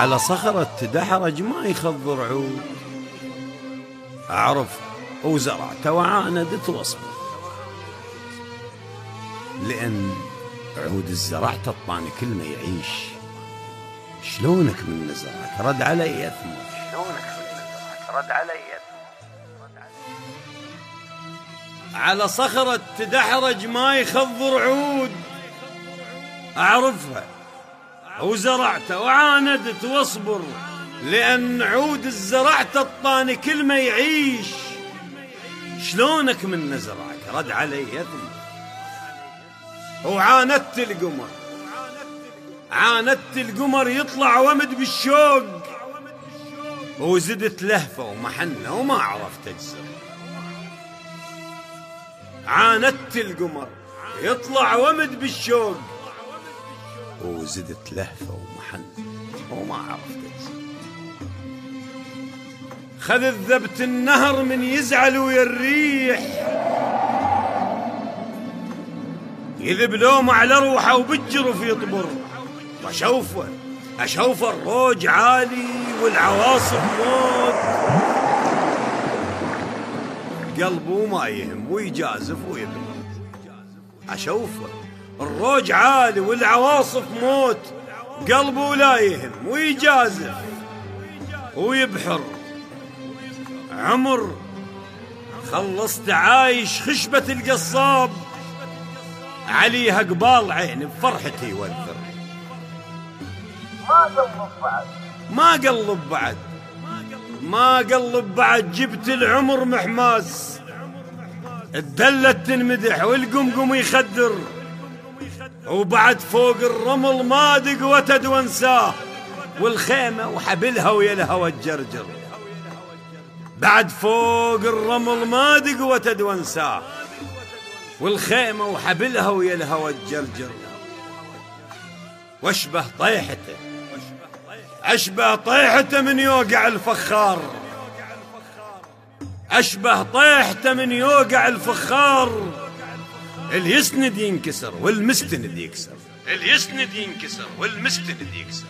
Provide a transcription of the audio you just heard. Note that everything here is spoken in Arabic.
على صخرة تدحرج ما يخضر عود، أعرف وزرعته وعاندت وصبر، لأن عود الزرعت الطاني كل ما يعيش. شلونك من نزرعك رد علي يثمر، شلونك من نزرعك رد علي يثمر. على صخرة تدحرج ما يخضر عود، أعرفها وزرعته وعاندت واصبر، لأن عود الزرعت الطاني كل ما يعيش. شلونك من نزرعك رد علي يثمر. وعاندت القمر، عاندت القمر يطلع ومد بالشوق، وزدت لهفة ومحنة وما عرفت أجزر. عاندت القمر يطلع ومد بالشوق، وزدت لهفة ومحنة وما عرفت أجزر. خذ ذبت النهر من يزعل ويريح، يذب لوم على روحه وبجر يطبر. أشوفه الروج عالي والعواصف موت، قلبه ما يهم ويجازف ويبني. أشوفه الروج عالي والعواصف موت، قلبه لا يهم ويجازف ويبحر. عمر خلصت عايش خشبة القصاب، عليها قبال عيني بفرحتي يوذر. ما قلب بعد جبت العمر محماس، الدلة تنمدح والقمقم يخدر، وبعد فوق الرمل ما دق وتد وانساه، والخيمة وحبلها ويا الهوى تجرجر. بعد فوق الرمل ما دق وتد وانساه، والخيمة وحبلها ويا الهوى تجرجر. واشبه طيحته، أشبه طيحته من يوقع الفخار، أشبه طيحته من يوقع الفخار. اللي يسند ينكسر والمستند يكسر، اللي يسند ينكسر والمستند يكسر.